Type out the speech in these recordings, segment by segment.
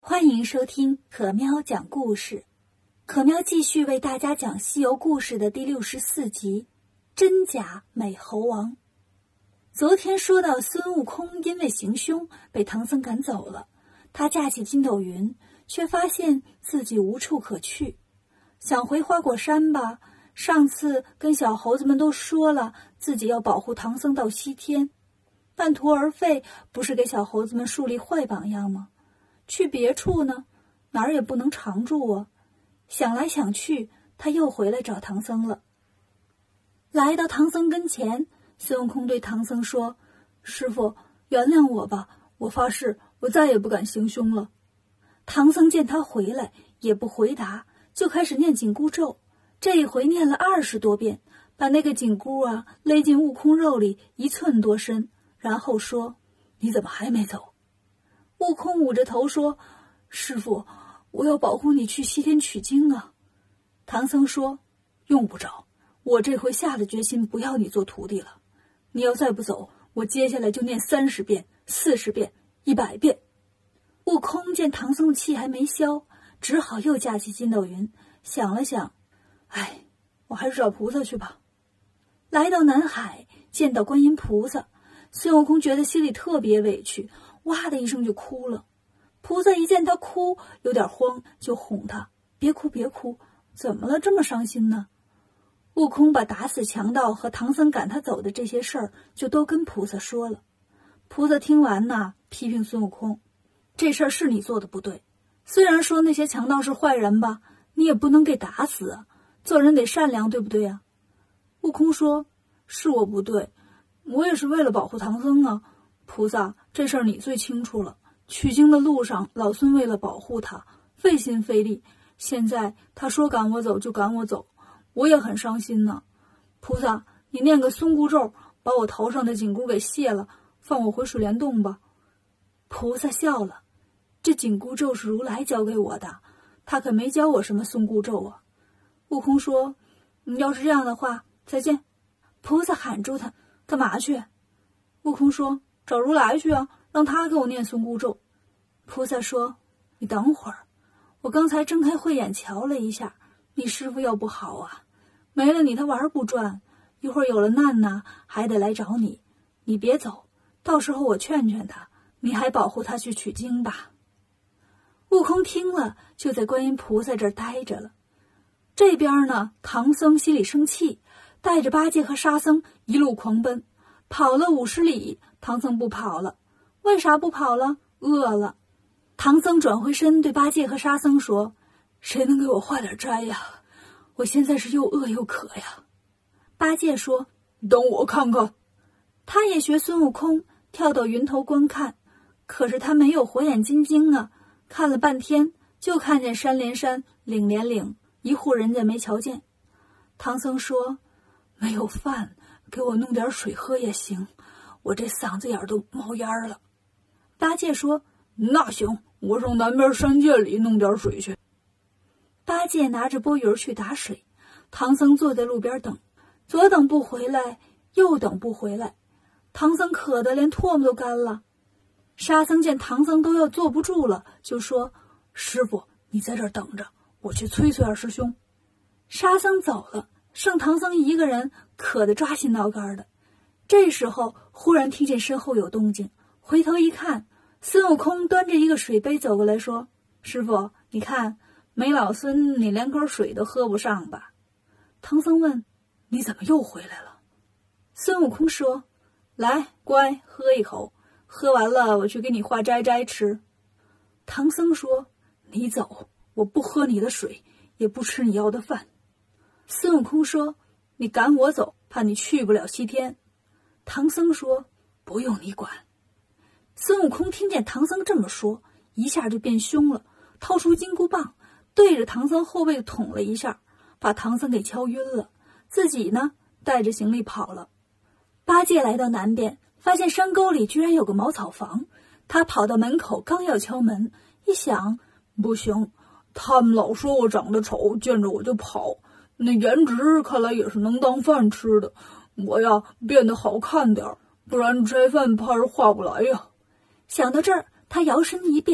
欢迎收听可喵讲故事。可喵继续为大家讲西游故事的第64集，真假美猴王。昨天说到孙悟空因为行凶被唐僧赶走了，他架起筋斗云，却发现自己无处可去。想回花果山吧，上次跟小猴子们都说了自己要保护唐僧到西天，半途而废，不是给小猴子们树立坏榜样吗？去别处呢，哪儿也不能常住啊。想来想去，他又回来找唐僧了。来到唐僧跟前，孙悟空对唐僧说：“师父，原谅我吧，我发誓我再也不敢行凶了。”唐僧见他回来，也不回答，就开始念紧箍咒。这一回念了20多遍，把那个紧箍勒进悟空肉里1寸多深，然后说：“你怎么还没走？”悟空捂着头说：“师父，我要保护你去西天取经啊。”唐僧说：“用不着，我这回下了决心不要你做徒弟了。你要再不走，我接下来就念30遍、40遍、100遍。”悟空见唐僧的气还没消，只好又架起筋斗云，想了想，我还是找菩萨去吧。来到南海，见到观音菩萨，孙悟空觉得心里特别委屈，哇的一声就哭了。菩萨一见他哭，有点慌，就哄他：“别哭别哭，怎么了？这么伤心呢？”悟空把打死强盗和唐僧赶他走的这些事儿就都跟菩萨说了。菩萨听完批评孙悟空：“这事儿是你做的不对，虽然说那些强盗是坏人吧，你也不能给打死啊，做人得善良，对不对啊？”悟空说：“是我不对，我也是为了保护唐僧啊。菩萨，这事儿你最清楚了。取经的路上，老孙为了保护他，费心费力，现在他说赶我走就赶我走，我也很伤心呢。菩萨，你念个松箍咒，把我头上的紧箍给卸了，放我回水帘洞吧。”菩萨笑了：“这紧箍咒是如来教给我的，他可没教我什么松箍咒啊。”悟空说：“你要是这样的话，再见。”菩萨喊住他：“干嘛去？”悟空说：“找如来去啊，让他给我念松箍咒。”菩萨说：“你等会儿，我刚才睁开慧眼瞧了一下，你师父要不好啊，没了你他玩不转，一会儿有了难还得来找你。你别走，到时候我劝劝他，你还保护他去取经吧。”悟空听了，就在观音菩萨这儿待着了。这边呢，唐僧心里生气，带着八戒和沙僧一路狂奔，跑了50里，唐僧不跑了。为啥不跑了？饿了。唐僧转回身对八戒和沙僧说：“谁能给我化点斋呀？我现在是又饿又渴呀。”八戒说：“等我看看。”他也学孙悟空跳到云头观看，可是他没有火眼金睛啊，看了半天就看见山连山，岭连岭，一户人家没瞧见。唐僧说：“没有饭，给我弄点水喝也行，我这嗓子眼都冒烟了。”八戒说：“那行，我上南边山涧里弄点水去。”八戒拿着钵盂去打水，唐僧坐在路边等，左等不回来，右等不回来，唐僧渴得连唾沫都干了。沙僧见唐僧都要坐不住了，就说：“师傅，你在这儿等着，我去催催二师兄。”沙僧走了，剩唐僧一个人，渴得抓心挠肝的。这时候忽然听见身后有动静，回头一看，孙悟空端着一个水杯走过来说：“师傅，你看，没老孙你连口水都喝不上吧？”唐僧问：“你怎么又回来了？”孙悟空说：“来，乖，喝一口，喝完了我去给你化斋吃。”唐僧说：“你走，我不喝你的水，也不吃你要的饭。”孙悟空说：“你赶我走，怕你去不了西天。”唐僧说：“不用你管。”孙悟空听见唐僧这么说，一下就变凶了，掏出金箍棒，对着唐僧后背捅了一下，把唐僧给敲晕了，自己呢带着行李跑了。八戒来到南边，发现山沟里居然有个茅草房，他跑到门口，刚要敲门，一想，不行，他们老说我长得丑，见着我就跑，那颜值看来也是能当饭吃的，我呀变得好看点，不然斋饭怕是化不来呀。想到这儿，他摇身一变，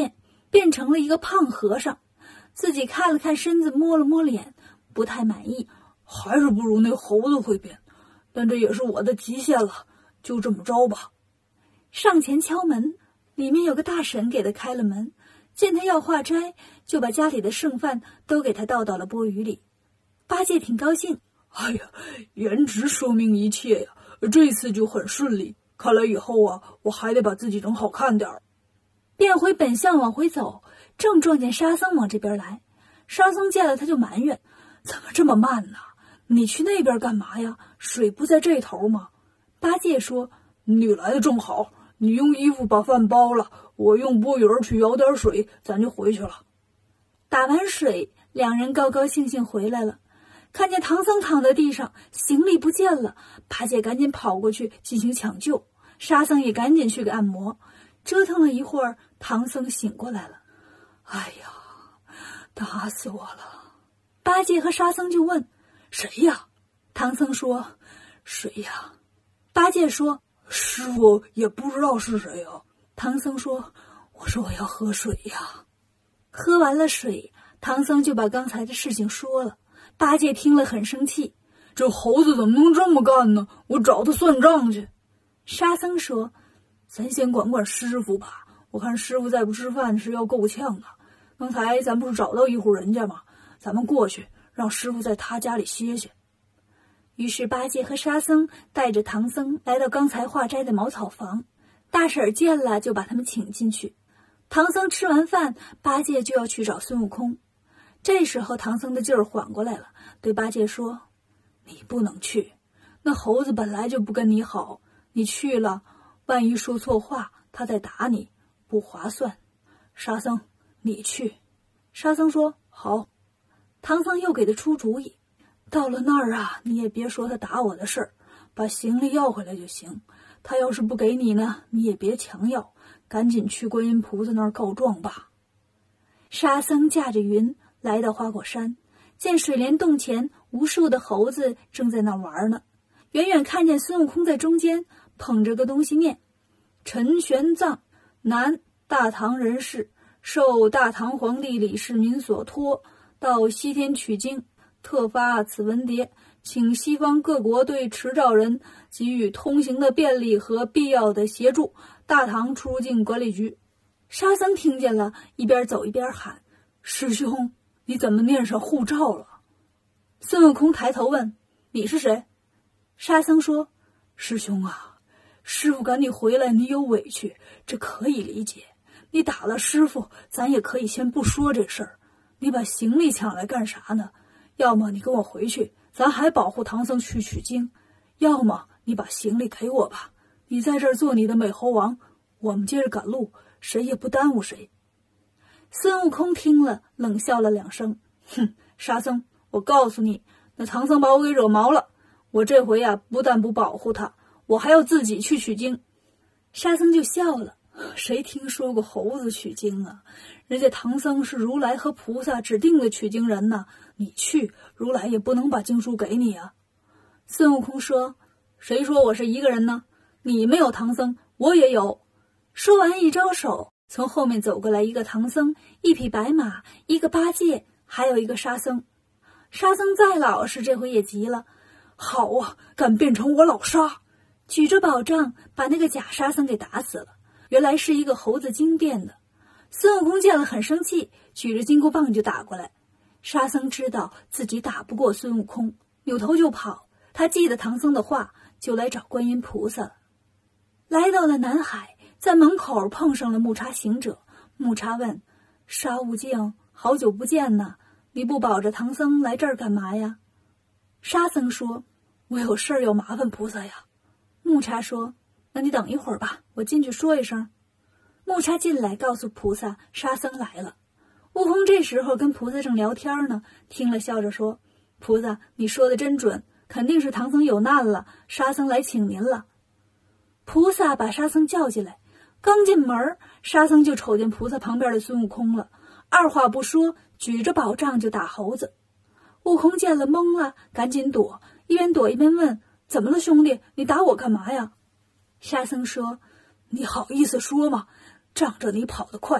变成了一个胖和尚，自己看了看身子，摸了摸脸，不太满意。 还是不如那猴子会变，但这也是我的极限了，就这么着吧。 上前敲门，里面有个大婶给他开了门，见他要化斋，就把家里的剩饭都给他倒到了钵盂里。八戒挺高兴， 哎呀，颜值说明一切呀，这次就很顺利，看来以后啊，我还得把自己整好看点儿。 变回本相往回走，正撞见沙僧往这边来。沙僧见了他就埋怨， 怎么这么慢呢？你去那边干嘛呀？水不在这头吗？ 八戒说， 你来的正好，你用衣服把饭包了，我用钵盂去舀点水，咱就回去了。 打完水，两人高高兴兴回来了，看见唐僧躺在地上，行李不见了，八戒赶紧跑过去进行抢救，沙僧也赶紧去给按摩。折腾了一会儿，唐僧醒过来了。 哎呀，打死我了！ 八戒和沙僧就问， 谁呀？ 唐僧说， 水呀。 八戒说， 师傅也不知道是谁呀。 唐僧说， 我说我要喝水呀。 喝完了水，唐僧就把刚才的事情说了。八戒听了很生气， 这猴子怎么能这么干呢？我找他算账去。 沙僧说， 咱先管管师傅吧，我看师傅再不吃饭是要够呛啊。刚才咱不是找到一户人家吗？咱们过去让师傅在他家里歇歇。 于是八戒和沙僧带着唐僧来到刚才化斋的茅草房，大婶见了就把他们请进去。唐僧吃完饭，八戒就要去找孙悟空。这时候唐僧的劲儿缓过来了，对八戒说， 你不能去，那猴子本来就不跟你好，你去了万一说错话他再打你，不划算。沙僧你去。 沙僧说， 好。 唐僧又给他出主意， 到了那儿啊，你也别说他打我的事儿，把行李要回来就行。他要是不给你呢，你也别强要，赶紧去观音菩萨那儿告状吧。 沙僧驾着云来到花果山，见水帘洞前无数的猴子正在那玩呢。远远看见孙悟空在中间捧着个东西念， 陈玄奘，男，大唐人士，受大唐皇帝李世民所托，到西天取经，特发此文牒，请西方各国对持照人给予通行的便利和必要的协助。大唐出入境管理局。 沙僧听见了，一边走一边喊， 师兄，你怎么念上护照了？ 孙悟空抬头问，你是谁？沙僧说， 师兄啊，师傅赶你回来，你有委屈，这可以理解。你打了师傅，咱也可以先不说这事儿。你把行李抢来干啥呢？要么你跟我回去，咱还保护唐僧去取经；要么你把行李给我吧，你在这儿做你的美猴王，我们接着赶路，谁也不耽误谁。 孙悟空听了，冷笑了两声， 哼，沙僧，我告诉你，那唐僧把我给惹毛了，我这回啊，不但不保护他，我还要自己去取经。 沙僧就笑了， 谁听说过猴子取经啊？人家唐僧是如来和菩萨指定的取经人呢，你去，如来也不能把经书给你啊。 孙悟空说，谁说我是一个人呢？你没有唐僧，我也有。说完一招手，从后面走过来一个唐僧，一匹白马，一个八戒，还有一个沙僧。沙僧再老实，这回也急了， 好啊，敢变成我老沙！ 举着宝杖把那个假沙僧给打死了。原来是一个猴子精变的。孙悟空见了很生气，举着金箍棒就打过来。沙僧知道自己打不过孙悟空，扭头就跑。他记得唐僧的话，就来找观音菩萨了。来到了南海，在门口碰上了木叉行者。木叉问，沙悟净，好久不见呢，你不保着唐僧来这儿干嘛呀？沙僧说， 我有事儿要麻烦菩萨呀。 木叉说，那你等一会儿吧，我进去说一声。木叉进来告诉菩萨，沙僧来了。悟空这时候跟菩萨正聊天呢，听了笑着说，菩萨，你说的真准，肯定是唐僧有难了，沙僧来请您了。菩萨把沙僧叫进来，刚进门，沙僧就瞅见菩萨旁边的孙悟空了，二话不说，举着宝杖就打猴子。悟空见了懵了，赶紧躲，一边躲一边问，怎么了兄弟，你打我干嘛呀？沙僧说， 你好意思说吗？仗着你跑得快，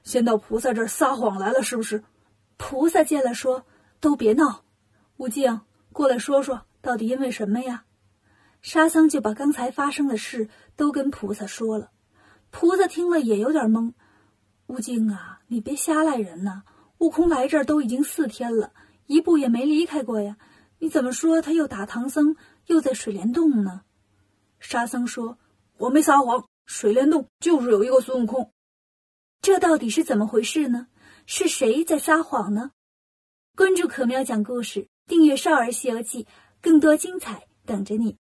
先到菩萨这儿撒谎来了是不是？ 菩萨见了说：“都别闹，悟净，过来说说，到底因为什么呀？”沙僧就把刚才发生的事都跟菩萨说了。菩萨听了也有点懵：“悟净啊，你别瞎赖人呐！悟空来这儿都已经4天了，一步也没离开过呀，你怎么说他又打唐僧，又在水帘洞呢？”沙僧说：“ 我没撒谎，水帘洞就是有一个孙悟空。” 这到底是怎么回事呢？是谁在撒谎呢？关注可喵讲故事，订阅少儿西游记，更多精彩等着你。